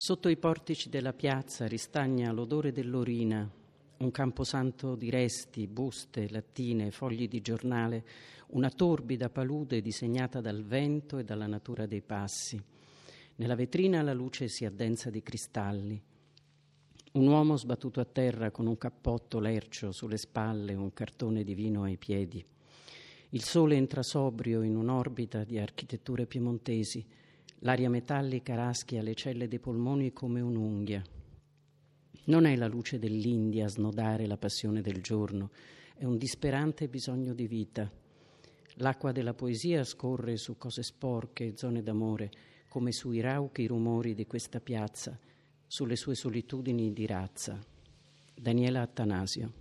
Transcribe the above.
Sotto i portici della piazza ristagna l'odore dell'orina, un camposanto di resti, buste, lattine, fogli di giornale, una torbida palude disegnata dal vento e dalla natura dei passi. Nella vetrina la luce si addensa di cristalli. Un uomo sbattuto a terra con un cappotto lercio sulle spalle, un cartone di vino ai piedi. Il sole entra sobrio in un'orbita di architetture piemontesi. L'aria metallica raschia le celle dei polmoni come un'unghia. Non è la luce dell'India a snodare la passione del giorno, è un disperante bisogno di vita. L'acqua della poesia scorre su cose sporche e zone d'amore, come sui rauchi rumori di questa piazza, sulle sue solitudini di razza. Daniela Attanasio.